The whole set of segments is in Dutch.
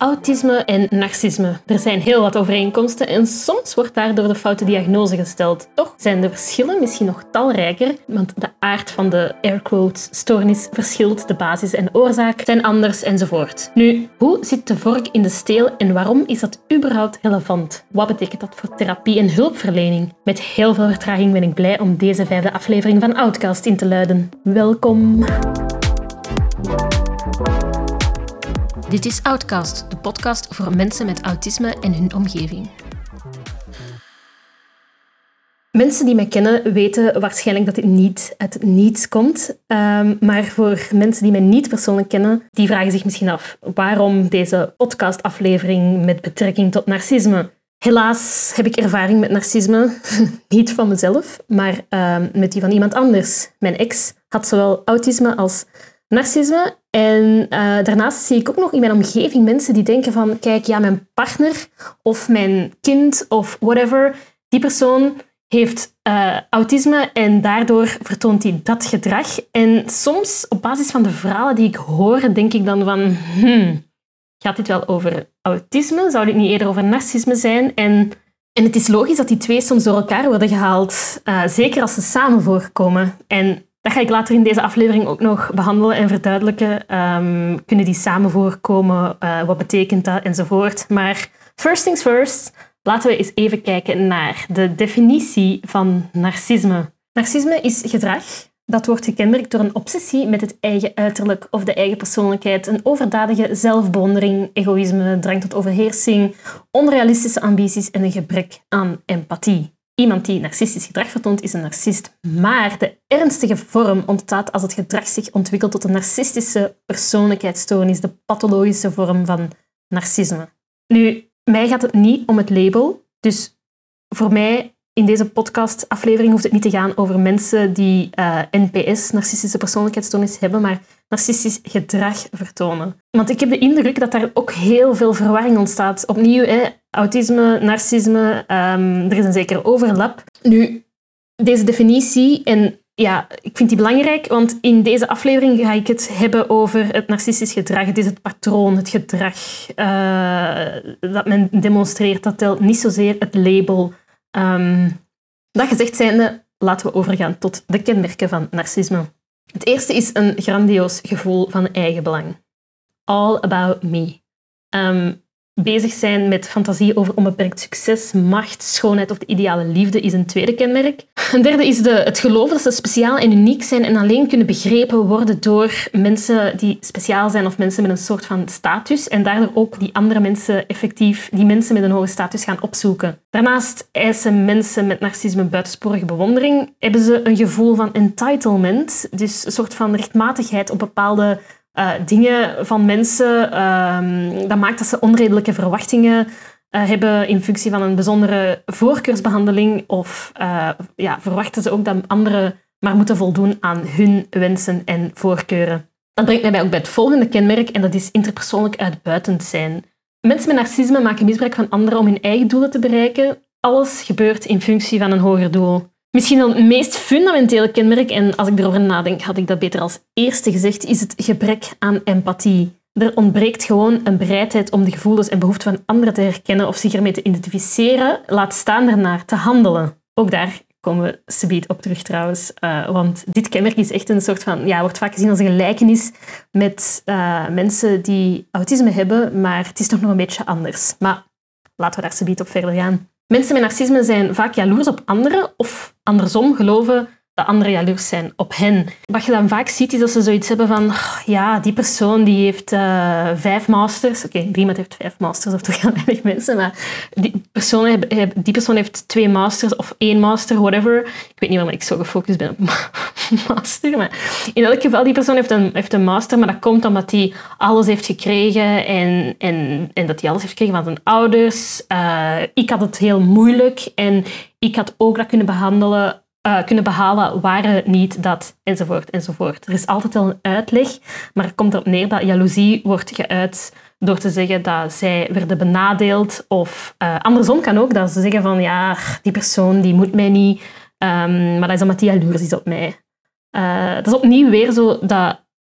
Autisme en narcisme. Er zijn heel wat overeenkomsten en soms wordt daardoor de foute diagnose gesteld. Toch zijn de verschillen misschien nog talrijker, want de aard van de stoornis verschilt, de basis en de oorzaak zijn anders enzovoort. Nu, hoe zit de vork in de steel en waarom is dat überhaupt relevant? Wat betekent dat voor therapie en hulpverlening? Met heel veel vertraging ben ik blij om deze 5e aflevering van Outcast in te luiden. Welkom! Dit is Outcast, de podcast voor mensen met autisme en hun omgeving. Mensen die mij kennen weten waarschijnlijk dat dit niet uit het niets komt. Maar voor mensen die mij niet persoonlijk kennen, die vragen zich misschien af waarom deze podcastaflevering met betrekking tot narcisme. Helaas heb ik ervaring met narcisme. Niet van mezelf, maar met die van iemand anders. Mijn ex had zowel autisme als narcisme. En daarnaast zie ik ook nog in mijn omgeving mensen die denken van kijk, ja, mijn partner of mijn kind of whatever, die persoon heeft autisme en daardoor vertoont hij dat gedrag. En soms, op basis van de verhalen die ik hoor, denk ik dan van gaat dit wel over autisme? Zou dit niet eerder over narcisme zijn? En het is logisch dat die twee soms door elkaar worden gehaald, zeker als ze samen voorkomen. En dat ga ik later in deze aflevering ook nog behandelen en verduidelijken. Kunnen die samen voorkomen? Wat betekent dat? Enzovoort. Maar first things first, laten we eens even kijken naar de definitie van narcisme. Narcisme is gedrag dat wordt gekenmerkt door een obsessie met het eigen uiterlijk of de eigen persoonlijkheid, een overdadige zelfbewondering, egoïsme, drang tot overheersing, onrealistische ambities en een gebrek aan empathie. Iemand die narcistisch gedrag vertoont is een narcist. Maar de ernstige vorm ontstaat als het gedrag zich ontwikkelt tot een narcistische persoonlijkheidsstoornis, de pathologische vorm van narcisme. Nu, mij gaat het niet om het label. Dus voor mij in deze podcastaflevering hoeft het niet te gaan over mensen die NPS, narcistische persoonlijkheidsstoornis, hebben, maar narcistisch gedrag vertonen. Want ik heb de indruk dat daar ook heel veel verwarring ontstaat. Opnieuw, autisme, narcisme, er is een zekere overlap. Nu, deze definitie, en ja, ik vind die belangrijk, want in deze aflevering ga ik het hebben over het narcistisch gedrag. Het is het patroon, het gedrag dat men demonstreert. Dat telt niet zozeer het label. Dat gezegd zijnde, laten we overgaan tot de kenmerken van narcisme. Het eerste is een grandioos gevoel van eigenbelang. All about me. Bezig zijn met fantasie over onbeperkt succes, macht, schoonheid of de ideale liefde is een tweede kenmerk. Een derde is het geloof dat ze speciaal en uniek zijn en alleen kunnen begrepen worden door mensen die speciaal zijn of mensen met een soort van status en daardoor ook die andere mensen effectief, die mensen met een hoge status gaan opzoeken. Daarnaast eisen mensen met narcisme buitensporige bewondering. Hebben ze een gevoel van entitlement, dus een soort van rechtmatigheid op bepaalde dingen van mensen. Dat maakt dat ze onredelijke verwachtingen hebben in functie van een bijzondere voorkeursbehandeling of verwachten ze ook dat anderen maar moeten voldoen aan hun wensen en voorkeuren. Dat brengt mij ook bij het volgende kenmerk en dat is interpersoonlijk uitbuitend zijn. Mensen met narcisme maken misbruik van anderen om hun eigen doelen te bereiken. Alles gebeurt in functie van een hoger doel. Misschien wel het meest fundamentele kenmerk, en als ik erover nadenk, had ik dat beter als eerste gezegd, is het gebrek aan empathie. Er ontbreekt gewoon een bereidheid om de gevoelens en behoeften van anderen te herkennen of zich ermee te identificeren, laat staan ernaar te handelen. Ook daar komen we subiet op terug trouwens, want dit kenmerk is echt een soort van, wordt vaak gezien als een gelijkenis met mensen die autisme hebben, maar het is toch nog een beetje anders. Maar laten we daar subiet op verder gaan. Mensen met narcisme zijn vaak jaloers op anderen of andersom geloven dat anderen jaloers zijn op hen. Wat je dan vaak ziet is dat ze zoiets hebben van die persoon die heeft 5 masters. Oké, niemand heeft 5 masters of toch heel weinig mensen, maar die persoon heeft 2 masters of 1 master, whatever. Ik weet niet waarom ik zo gefocust ben op master, maar in elk geval, die persoon heeft een master, maar dat komt omdat hij alles heeft gekregen en dat hij alles heeft gekregen van zijn ouders. Ik had het heel moeilijk en ik had ook dat kunnen behalen, waren niet dat, enzovoort, enzovoort. Er is altijd wel een uitleg, maar het komt erop neer dat jaloezie wordt geuit door te zeggen dat zij werden benadeeld. Of andersom kan ook, dat ze zeggen van die persoon die moet mij niet, maar dat is omdat die jaloers is op mij. Dat is opnieuw weer zo dat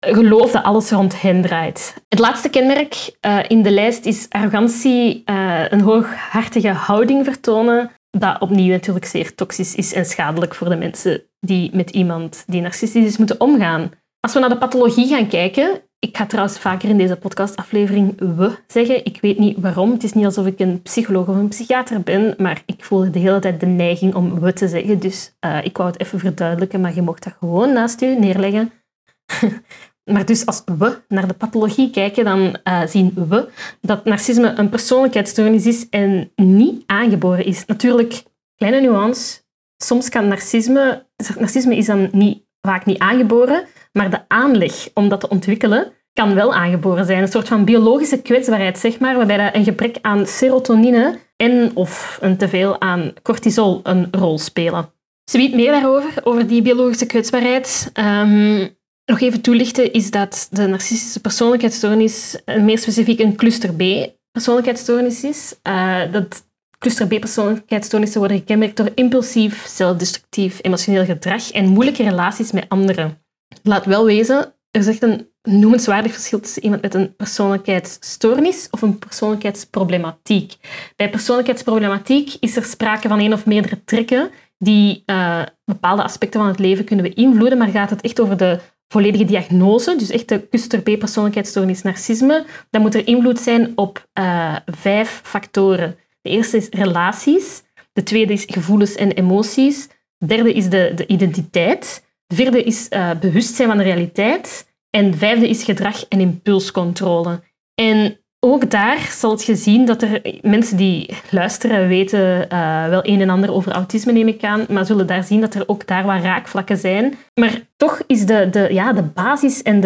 geloof dat alles rond hen draait. Het laatste kenmerk in de lijst is arrogantie, een hooghartige houding vertonen, dat opnieuw natuurlijk zeer toxisch is en schadelijk voor de mensen die met iemand die narcistisch is moeten omgaan. Als we naar de pathologie gaan kijken, ik ga trouwens vaker in deze podcastaflevering we zeggen, ik weet niet waarom, het is niet alsof ik een psycholoog of een psychiater ben, maar ik voel de hele tijd de neiging om we te zeggen, dus ik wou het even verduidelijken, maar je mocht dat gewoon naast u neerleggen. Maar dus als we naar de pathologie kijken, dan zien we dat narcisme een persoonlijkheidsstoornis is en niet aangeboren is. Natuurlijk, kleine nuance, soms kan narcisme is dan vaak niet aangeboren, maar de aanleg om dat te ontwikkelen kan wel aangeboren zijn. Een soort van biologische kwetsbaarheid, zeg maar, waarbij dat een gebrek aan serotonine en of een teveel aan cortisol een rol spelen. Ze weet meer daarover, over die biologische kwetsbaarheid. Nog even toelichten is dat de narcistische persoonlijkheidsstoornis meer specifiek een cluster B persoonlijkheidsstoornis is. Dat cluster B persoonlijkheidsstoornissen worden gekenmerkt door impulsief, zelfdestructief, emotioneel gedrag en moeilijke relaties met anderen. Laat wel wezen, er is echt een noemenswaardig verschil tussen iemand met een persoonlijkheidsstoornis of een persoonlijkheidsproblematiek. Bij persoonlijkheidsproblematiek is er sprake van één of meerdere trekken die bepaalde aspecten van het leven kunnen beïnvloeden, maar gaat het echt over de volledige diagnose, dus echt de cluster B persoonlijkheidsstoornis narcisme, dan moet er invloed zijn op 5 factoren. De eerste is relaties, de tweede is gevoelens en emoties, de derde is de identiteit, de vierde is bewustzijn van de realiteit en de vijfde is gedrag en impulscontrole. En ook daar zal het gezien dat er mensen die luisteren weten wel een en ander over autisme, neem ik aan, maar zullen daar zien dat er ook daar wat raakvlakken zijn. Maar toch is de basis en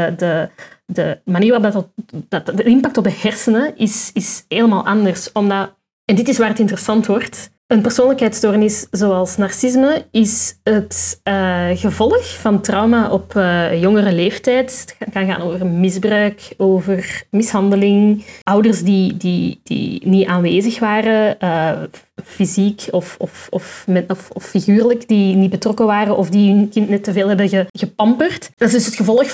de manier waarop de impact op de hersenen is helemaal anders. En dit is waar het interessant wordt. Een persoonlijkheidsstoornis zoals narcisme is het gevolg van trauma op jongere leeftijd. Het kan gaan over misbruik, over mishandeling, ouders die niet aanwezig waren, fysiek of figuurlijk, die niet betrokken waren of die hun kind net te veel hebben gepamperd. Dat is dus het gevolg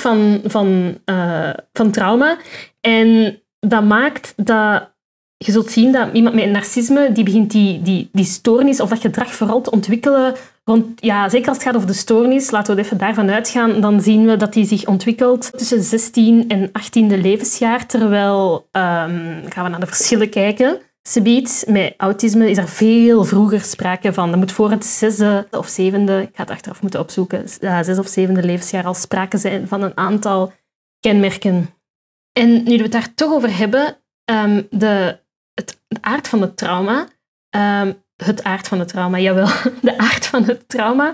van trauma. En dat maakt dat je zult zien dat iemand met een narcisme die begint die stoornis of dat gedrag vooral te ontwikkelen. Zeker als het gaat over de stoornis, laten we even daarvan uitgaan, dan zien we dat die zich ontwikkelt tussen 16 en 18e levensjaar. Terwijl, gaan we naar de verschillen kijken. Subiet, met autisme is er veel vroeger sprake van. Er moet voor het 6e of 7e, ik ga het achteraf moeten opzoeken, 6e of 7e levensjaar al sprake zijn van een aantal kenmerken. En nu we het daar toch over hebben, de aard van het trauma, de aard van het trauma,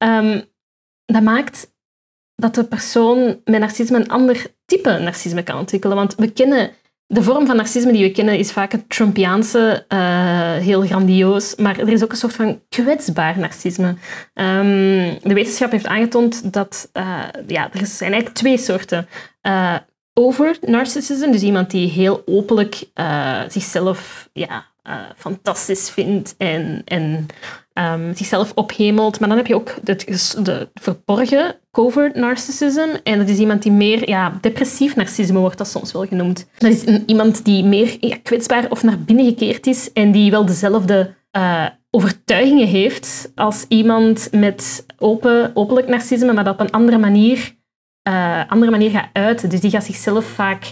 dat maakt dat de persoon met narcisme een ander type narcisme kan ontwikkelen. Want we kennen, de vorm van narcisme die we kennen is vaak het Trumpiaanse, heel grandioos, maar er is ook een soort van kwetsbaar narcisme. De wetenschap heeft aangetoond dat er zijn eigenlijk 2 soorten. Over narcissism, dus iemand die heel openlijk zichzelf fantastisch vindt en zichzelf ophemelt. Maar dan heb je ook de verborgen covert narcissism. En dat is iemand die meer depressief narcisme wordt dat soms wel genoemd. Dat is iemand die meer kwetsbaar of naar binnen gekeerd is en die wel dezelfde overtuigingen heeft als iemand met openlijk narcisme, maar dat op een andere manier gaat uiten. Dus die gaat zichzelf vaak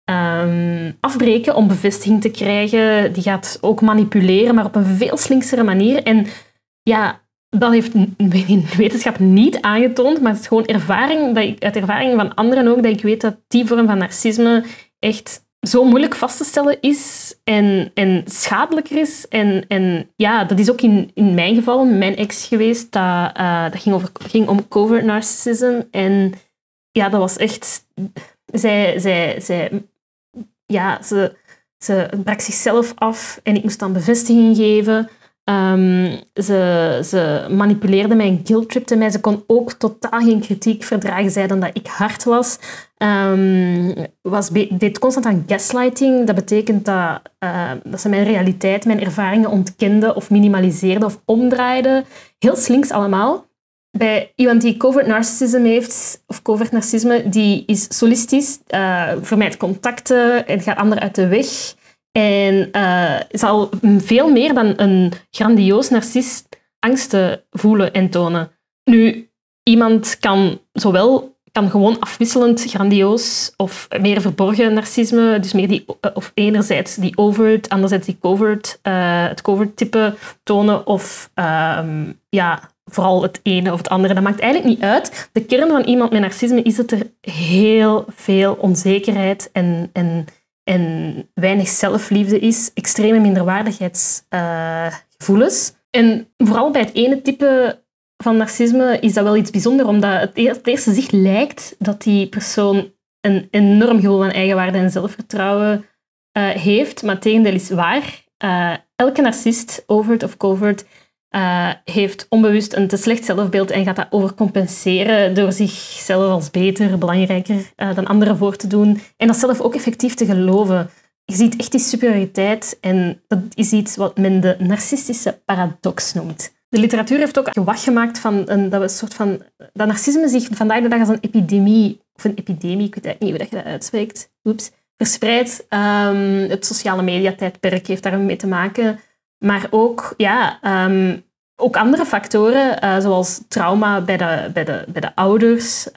afbreken om bevestiging te krijgen. Die gaat ook manipuleren, maar op een veel slinksere manier. En dat heeft in wetenschap niet aangetoond, maar het is gewoon uit ervaring van anderen ook, dat ik weet dat die vorm van narcisme echt zo moeilijk vast te stellen is en schadelijker is. En dat is ook in mijn geval, mijn ex geweest, dat ging om covert narcissism. En dat was echt... Ze brak zichzelf af en ik moest dan bevestiging geven. Ze manipuleerde mij en guilt-tripte mij. Ze kon ook totaal geen kritiek verdragen, zei dan dat ik hard was. Deed constant aan gaslighting. Dat betekent dat ze mijn realiteit, mijn ervaringen ontkende of minimaliseerde of omdraaide. Heel slinks allemaal. bij iemand die covert narcissisme heeft, of covert narcisme, die is solistisch, vermijdt contacten en gaat anderen uit de weg. En zal veel meer dan een grandioos narcist angsten voelen en tonen. Nu, iemand kan gewoon afwisselend grandioos of meer verborgen narcisme, dus meer of enerzijds die overt, anderzijds die covert, het covert-type tonen, of vooral het ene of het andere. Dat maakt eigenlijk niet uit. De kern van iemand met narcisme is dat er heel veel onzekerheid en weinig zelfliefde is, extreme minderwaardigheidsgevoelens. En vooral bij het ene type van narcisme is dat wel iets bijzonders, omdat het eerste zicht lijkt dat die persoon een enorm gevoel van eigenwaarde en zelfvertrouwen heeft, maar het tegendeel is waar. Elke narcist, overt of covert, heeft onbewust een te slecht zelfbeeld en gaat dat overcompenseren door zichzelf als beter, belangrijker dan anderen voor te doen en dat zelf ook effectief te geloven. Je ziet echt die superioriteit en dat is iets wat men de narcistische paradox noemt. De literatuur heeft ook gewag gemaakt van dat narcisme zich vandaag de dag als een epidemie, ik weet eigenlijk niet hoe dat je dat uitspreekt, verspreidt. Het sociale mediatijdperk heeft daar mee te maken. Maar ook, ook andere factoren, zoals trauma bij de ouders.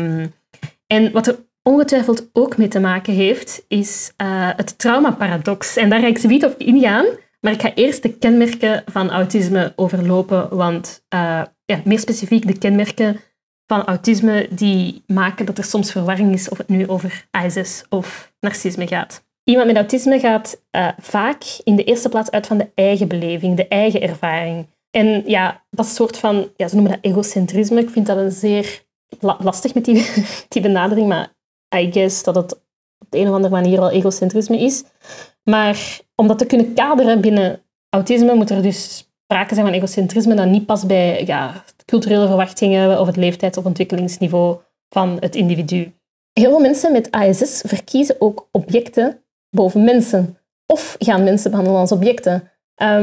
En wat er ongetwijfeld ook mee te maken heeft, is het traumaparadox. En daar ga ik zoiets op ingaan. Maar ik ga eerst de kenmerken van autisme overlopen, want meer specifiek de kenmerken van autisme die maken dat er soms verwarring is of het nu over ASS of narcisme gaat. Iemand met autisme gaat vaak in de eerste plaats uit van de eigen beleving, de eigen ervaring. En dat soort van, ze noemen dat egocentrisme. Ik vind dat een zeer lastig met die benadering, maar I guess dat het op de een of andere manier wel egocentrisme is. Maar om dat te kunnen kaderen binnen autisme moet er dus sprake zijn van egocentrisme dat niet past bij culturele verwachtingen of het leeftijds- of ontwikkelingsniveau van het individu. Heel veel mensen met ASS verkiezen ook objecten boven mensen of gaan mensen behandelen als objecten.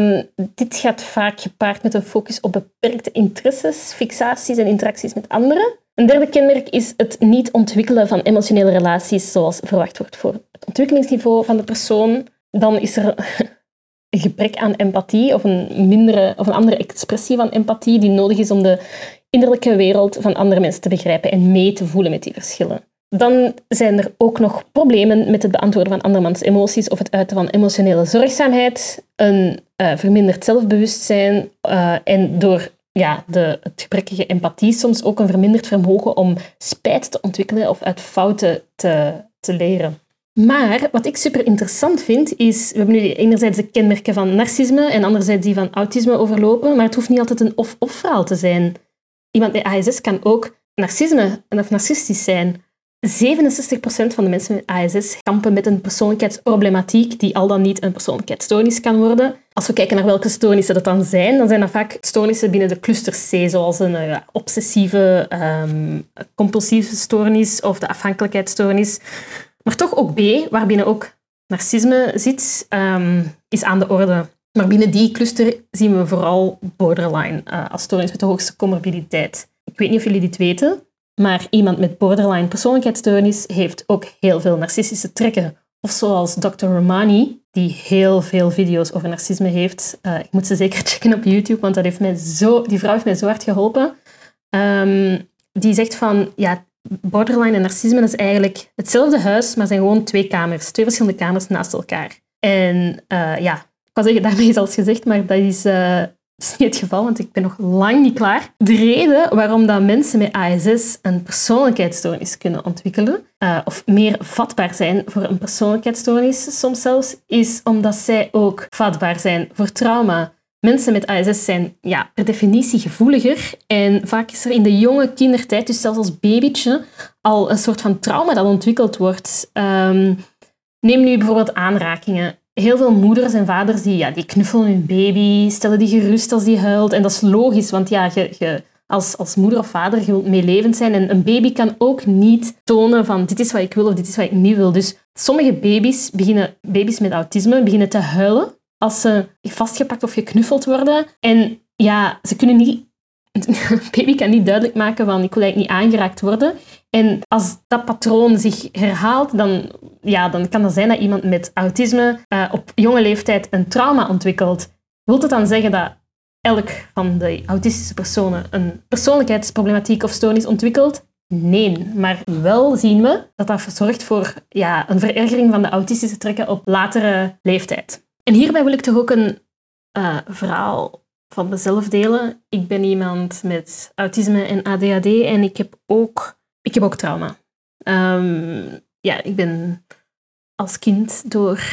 Dit gaat vaak gepaard met een focus op beperkte interesses, fixaties en interacties met anderen. Een derde kenmerk is het niet ontwikkelen van emotionele relaties zoals verwacht wordt voor het ontwikkelingsniveau van de persoon. Dan is er een gebrek aan empathie of een andere expressie van empathie die nodig is om de innerlijke wereld van andere mensen te begrijpen en mee te voelen met die verschillen. Dan zijn er ook nog problemen met het beantwoorden van andermans emoties of het uiten van emotionele zorgzaamheid, een verminderd zelfbewustzijn en door het gebrekkige empathie soms ook een verminderd vermogen om spijt te ontwikkelen of uit fouten te leren. Maar wat ik super interessant vind, is... We hebben nu enerzijds de kenmerken van narcisme en anderzijds die van autisme overlopen, maar het hoeft niet altijd een of-of verhaal te zijn. Iemand met ASS kan ook narcisme of narcistisch zijn. 67% van de mensen met ASS kampen met een persoonlijkheidsproblematiek die al dan niet een persoonlijkheidsstoornis kan worden. Als we kijken naar welke stoornissen dat dan zijn dat vaak stoornissen binnen de cluster C, zoals een obsessieve, compulsieve stoornis of de afhankelijkheidsstoornis. Maar toch ook B, waarbinnen ook narcisme zit, is aan de orde. Maar binnen die cluster zien we vooral borderline als stoornis met de hoogste comorbiditeit. Ik weet niet of jullie dit weten, maar iemand met borderline persoonlijkheidsstoornis heeft ook heel veel narcistische trekken. Of zoals Dr. Romani, die heel veel video's over narcisme heeft. Ik moet ze zeker checken op YouTube, want die vrouw heeft mij zo hard geholpen. Die zegt van, borderline en narcisme dat is eigenlijk hetzelfde huis, maar zijn gewoon twee verschillende kamers naast elkaar. En ik kan zeggen, daarmee is alles gezegd, maar dat is niet het geval, want ik ben nog lang niet klaar. De reden waarom dat mensen met ASS een persoonlijkheidsstoornis kunnen ontwikkelen, of meer vatbaar zijn voor een persoonlijkheidsstoornis soms zelfs, is omdat zij ook vatbaar zijn voor trauma. Mensen met ASS zijn per definitie gevoeliger en vaak is er in de jonge kindertijd, dus zelfs als babytje, al een soort van trauma dat ontwikkeld wordt. Neem nu bijvoorbeeld aanrakingen. Heel veel moeders en vaders die knuffelen hun baby, stellen die gerust als die huilt. En dat is logisch, want je als moeder of vader je wilt meelevend zijn. En een baby kan ook niet tonen van dit is wat ik wil of dit is wat ik niet wil. Dus sommige baby's met autisme beginnen te huilen als ze vastgepakt of geknuffeld worden. En ze kunnen niet een baby kan niet duidelijk maken van ik wil eigenlijk niet aangeraakt worden. En als dat patroon zich herhaalt, dan kan het zijn dat iemand met autisme op jonge leeftijd een trauma ontwikkelt. Wilt het dan zeggen dat elk van de autistische personen een persoonlijkheidsproblematiek of stoornis ontwikkelt? Nee, maar wel zien we dat dat zorgt voor een verergering van de autistische trekken op latere leeftijd. En hierbij wil ik toch ook een verhaal van mezelf delen. Ik ben iemand met autisme en ADHD en ik heb ook trauma. Ik ben als kind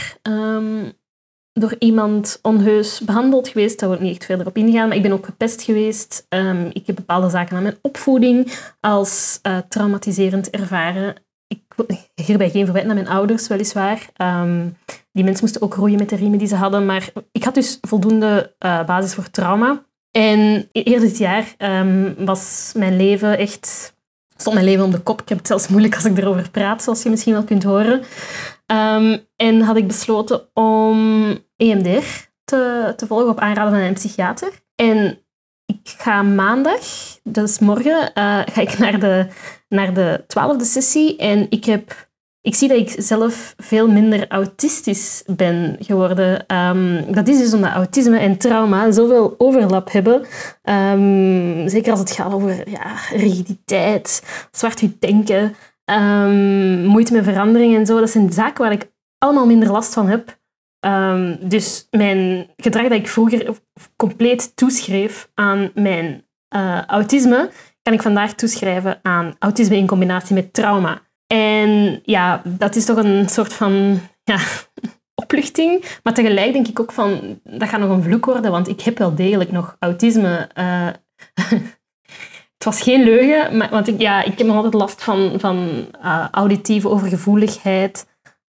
door iemand onheus behandeld geweest. Daar wil ik niet echt verder op ingaan, maar ik ben ook gepest geweest. Ik heb bepaalde zaken aan mijn opvoeding als traumatiserend ervaren. Ik wil hierbij geen verwijt naar mijn ouders, weliswaar. Die mensen moesten ook roeien met de riemen die ze hadden, maar ik had dus voldoende basis voor trauma. En eerder dit jaar stond mijn leven om de kop. Ik heb het zelfs moeilijk als ik erover praat, zoals je misschien wel kunt horen. En had ik besloten om EMDR te volgen op aanraden van een psychiater. En ik ga maandag, dus morgen, ga ik naar de 12e sessie. En ik zie dat ik zelf veel minder autistisch ben geworden. Dat is dus omdat autisme en trauma zoveel overlap hebben. Zeker als het gaat over rigiditeit, zwart-wit denken, moeite met verandering en zo. Dat zijn zaken waar ik allemaal minder last van heb. Dus mijn gedrag dat ik vroeger compleet toeschreef aan mijn autisme, kan ik vandaag toeschrijven aan autisme in combinatie met trauma. En dat is toch een soort van opluchting. Maar tegelijk denk ik ook van, dat gaat nog een vloek worden, want ik heb wel degelijk nog autisme. Het was geen leugen, want ik heb nog altijd last van auditieve overgevoeligheid.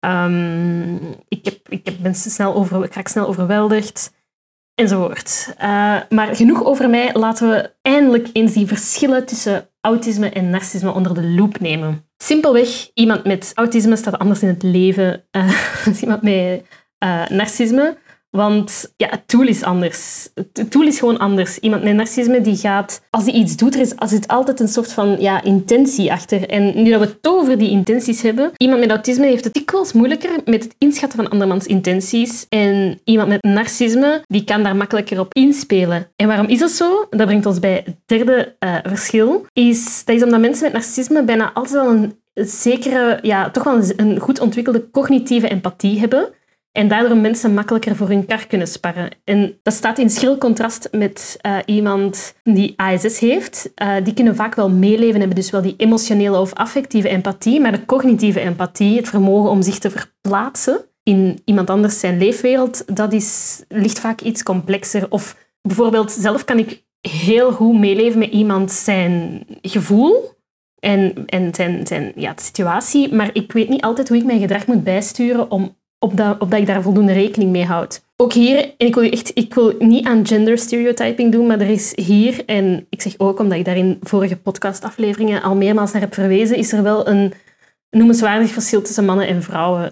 Ik raak snel overweldigd. Enzovoort. Maar genoeg over mij. Laten we eindelijk eens die verschillen tussen autisme en narcisme onder de loep nemen. Simpelweg, iemand met autisme staat anders in het leven dan iemand met narcisme. Want het doel is anders. Het doel is gewoon anders. Iemand met narcisme die gaat, als hij iets doet, er zit altijd een soort van intentie achter. En nu dat we het over die intenties hebben, iemand met autisme heeft het dikwijls moeilijker met het inschatten van andermans intenties. En iemand met narcisme, die kan daar makkelijker op inspelen. En waarom is dat zo? Dat brengt ons bij het derde verschil. Dat is omdat mensen met narcisme bijna altijd wel een zekere, toch wel een goed ontwikkelde cognitieve empathie hebben. En daardoor mensen makkelijker voor hun kar kunnen sparren. En dat staat in schril contrast met iemand die ASS heeft. Die kunnen vaak wel meeleven, hebben dus wel die emotionele of affectieve empathie, maar de cognitieve empathie, het vermogen om zich te verplaatsen in iemand anders zijn leefwereld, dat ligt vaak iets complexer. Of bijvoorbeeld, zelf kan ik heel goed meeleven met iemand zijn gevoel en zijn situatie, maar ik weet niet altijd hoe ik mijn gedrag moet bijsturen opdat ik daar voldoende rekening mee houd. Ook hier, en ik wil niet aan gender stereotyping doen, maar er is hier, en ik zeg ook omdat ik daar in vorige podcastafleveringen al meermaals naar heb verwezen, is er wel een noemenswaardig verschil tussen mannen en vrouwen.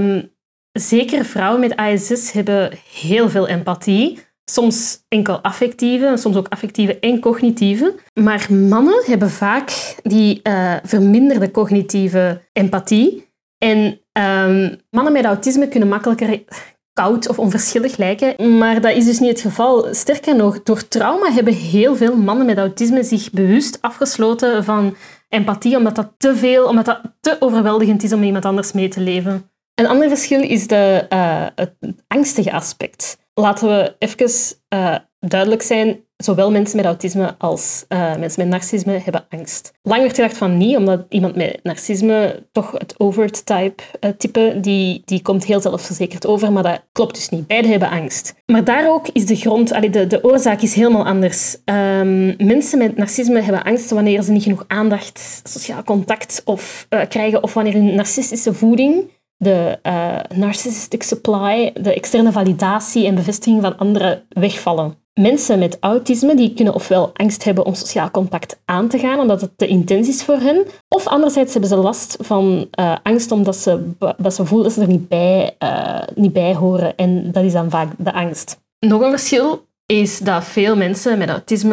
Zeker vrouwen met ASS hebben heel veel empathie. Soms enkel affectieve, soms ook affectieve en cognitieve. Maar mannen hebben vaak die verminderde cognitieve empathie. En mannen met autisme kunnen makkelijker koud of onverschillig lijken, maar dat is dus niet het geval. Sterker nog, door trauma hebben heel veel mannen met autisme zich bewust afgesloten van empathie, omdat dat te overweldigend is om iemand anders mee te leven. Een ander verschil is het angstige aspect. Laten we even duidelijk zijn, zowel mensen met autisme als mensen met narcisme hebben angst. Lang werd gedacht van niet, omdat iemand met narcisme, toch het overt type, die komt heel zelfverzekerd over, maar dat klopt dus niet. Beiden hebben angst. Maar daar ook is de grond, de oorzaak is helemaal anders. Mensen met narcisme hebben angst wanneer ze niet genoeg aandacht, sociaal contact krijgen, of wanneer hun narcistische voeding, de narcissistic supply, de externe validatie en bevestiging van anderen wegvallen. Mensen met autisme die kunnen ofwel angst hebben om sociaal contact aan te gaan, omdat het te intens is voor hen, of anderzijds hebben ze last van angst omdat ze voelen dat ze er niet bij horen. En dat is dan vaak de angst. Nog een verschil is dat veel mensen met autisme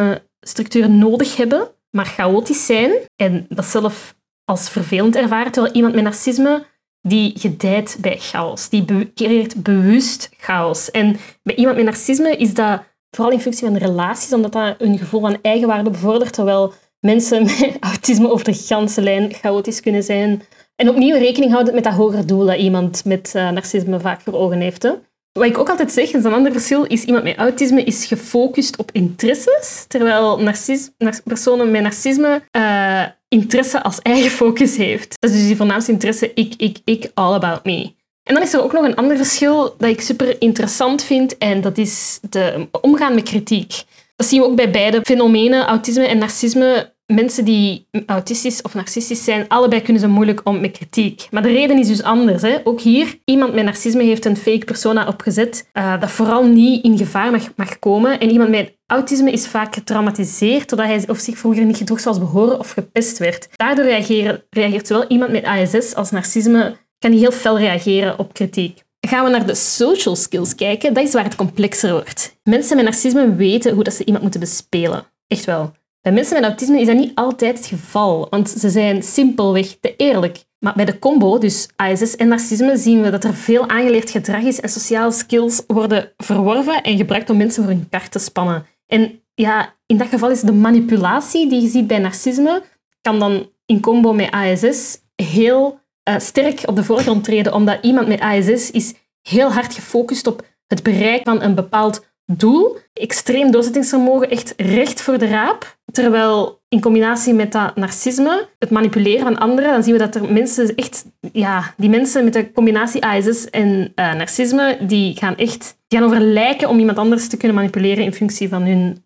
structuren nodig hebben, maar chaotisch zijn en dat zelf als vervelend ervaren, terwijl iemand met narcisme die gedijt bij chaos. Die creëert bewust chaos. En bij iemand met narcisme is dat vooral in functie van de relaties, omdat dat een gevoel van eigenwaarde bevordert, terwijl mensen met autisme over de ganse lijn chaotisch kunnen zijn. En opnieuw rekening houden met dat hoger doel dat iemand met narcisme vaak voor ogen heeft. Hè. Wat ik ook altijd zeg, is een ander verschil, is iemand met autisme is gefocust op interesses, terwijl personen met narcisme interesse als eigen focus heeft. Dat is dus die voornaamste interesse, ik, all about me. En dan is er ook nog een ander verschil dat ik super interessant vind, en dat is de omgaan met kritiek. Dat zien we ook bij beide fenomenen, autisme en narcisme. Mensen die autistisch of narcistisch zijn, allebei kunnen ze moeilijk om met kritiek. Maar de reden is dus anders. Hè. Ook hier, iemand met narcisme heeft een fake persona opgezet dat vooral niet in gevaar mag komen. En iemand met autisme is vaak getraumatiseerd doordat hij of zich vroeger niet gedroeg zoals behoren of gepest werd. Daardoor reageert zowel iemand met ASS als narcisme, kan die heel fel reageren op kritiek. Gaan we naar de social skills kijken, dat is waar het complexer wordt. Mensen met narcisme weten hoe dat ze iemand moeten bespelen. Echt wel. Bij mensen met autisme is dat niet altijd het geval, want ze zijn simpelweg te eerlijk. Maar bij de combo, dus ASS en narcisme, zien we dat er veel aangeleerd gedrag is en sociale skills worden verworven en gebruikt om mensen voor hun kar te spannen. En ja, in dat geval is de manipulatie die je ziet bij narcisme, kan dan in combo met ASS heel sterk op de voorgrond treden, omdat iemand met ASS is heel hard gefocust op het bereiken van een bepaald doel, extreem doorzettingsvermogen, echt recht voor de raap. Terwijl in combinatie met dat narcisme, het manipuleren van anderen, dan zien we dat er mensen echt, die mensen met de combinatie ASS en narcisme, die gaan over lijken om iemand anders te kunnen manipuleren in functie van hun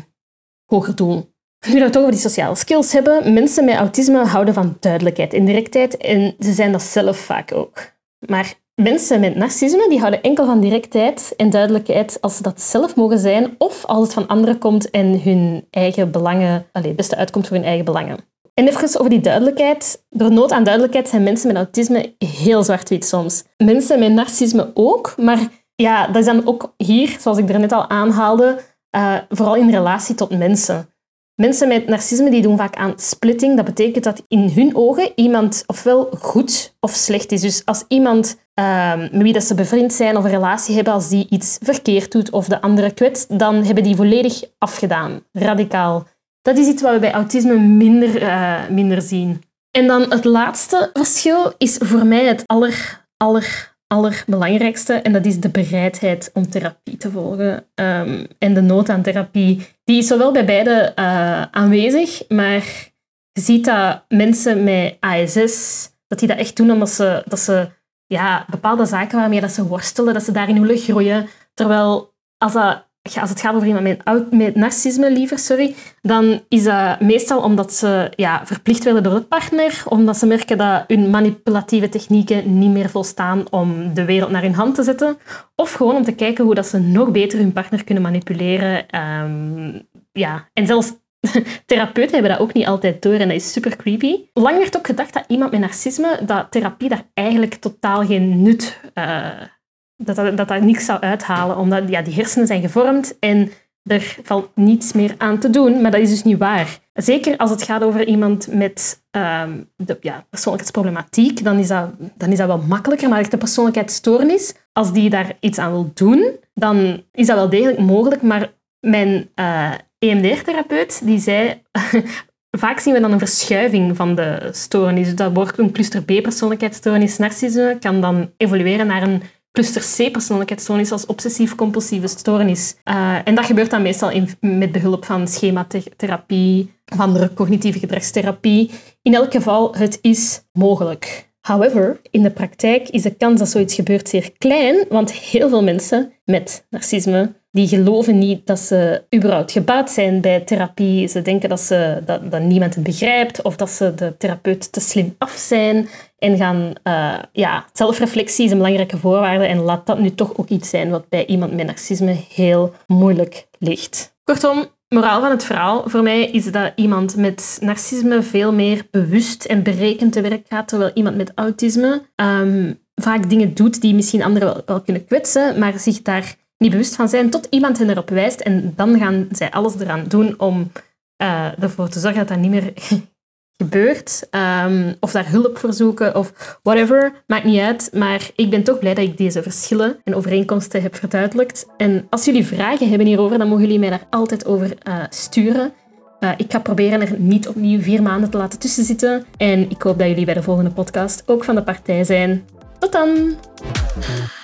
hoger doel. Nu dat we het over die sociale skills hebben, mensen met autisme houden van duidelijkheid en directheid en ze zijn dat zelf vaak ook. Maar mensen met narcisme die houden enkel van directheid en duidelijkheid als ze dat zelf mogen zijn of als het van anderen komt en hun eigen belangen, het beste uitkomt voor hun eigen belangen. En even over die duidelijkheid. Door nood aan duidelijkheid zijn mensen met autisme heel zwart-wit soms. Mensen met narcisme ook, maar ja, dat is dan ook hier, zoals ik er net al aanhaalde, vooral in relatie tot mensen. Mensen met narcisme die doen vaak aan splitting. Dat betekent dat in hun ogen iemand ofwel goed of slecht is. Dus als iemand met wie dat ze bevriend zijn of een relatie hebben, als die iets verkeerd doet of de andere kwetst, dan hebben die volledig afgedaan. Radicaal. Dat is iets wat we bij autisme minder zien. En dan het laatste verschil is voor mij het allerbelangrijkste. En dat is de bereidheid om therapie te volgen. En de nood aan therapie. Die is zowel bij beide aanwezig, maar je ziet dat mensen met ASS, dat die dat echt doen omdat ze bepaalde zaken waarmee dat ze worstelen, dat ze daarin willen groeien. Terwijl als het gaat over iemand met narcisme, dan is dat meestal omdat ze verplicht werden door de partner, omdat ze merken dat hun manipulatieve technieken niet meer volstaan om de wereld naar hun hand te zetten, of gewoon om te kijken hoe dat ze nog beter hun partner kunnen manipuleren. En zelfs therapeuten hebben dat ook niet altijd door en dat is super creepy. Lang werd ook gedacht dat iemand met narcisme, dat therapie daar eigenlijk totaal geen nut dat niks zou uithalen, omdat die hersenen zijn gevormd en er valt niets meer aan te doen. Maar dat is dus niet waar. Zeker als het gaat over iemand met persoonlijkheidsproblematiek, dan is dat wel makkelijker. Maar echt de persoonlijkheidsstoornis, als die daar iets aan wil doen, dan is dat wel degelijk mogelijk. Maar mijn EMDR-therapeut die zei, vaak zien we dan een verschuiving van de stoornis. Dus dat wordt een cluster B-persoonlijkheidsstoornis. Narcisme kan dan evolueren naar een cluster C-persoonlijkheidsstoornis als obsessief-compulsieve stoornis. En dat gebeurt dan meestal met behulp van schematherapie of andere cognitieve gedragstherapie. In elk geval, het is mogelijk. However, in de praktijk is de kans dat zoiets gebeurt zeer klein, want heel veel mensen met narcisme die geloven niet dat ze überhaupt gebaat zijn bij therapie. Ze denken dat niemand het begrijpt of dat ze de therapeut te slim af zijn en gaan... zelfreflectie is een belangrijke voorwaarde en laat dat nu toch ook iets zijn wat bij iemand met narcisme heel moeilijk ligt. Kortom, moraal van het verhaal voor mij is dat iemand met narcisme veel meer bewust en berekend te werk gaat, terwijl iemand met autisme vaak dingen doet die misschien anderen wel kunnen kwetsen, maar zich daar niet bewust van zijn, tot iemand hen erop wijst en dan gaan zij alles eraan doen om ervoor te zorgen dat dat niet meer gebeurt. Of daar hulp voor zoeken of whatever. Maakt niet uit. Maar ik ben toch blij dat ik deze verschillen en overeenkomsten heb verduidelijkt. En als jullie vragen hebben hierover, dan mogen jullie mij daar altijd over sturen. Ik ga proberen er niet opnieuw 4 maanden te laten tussen zitten. En ik hoop dat jullie bij de volgende podcast ook van de partij zijn. Tot dan!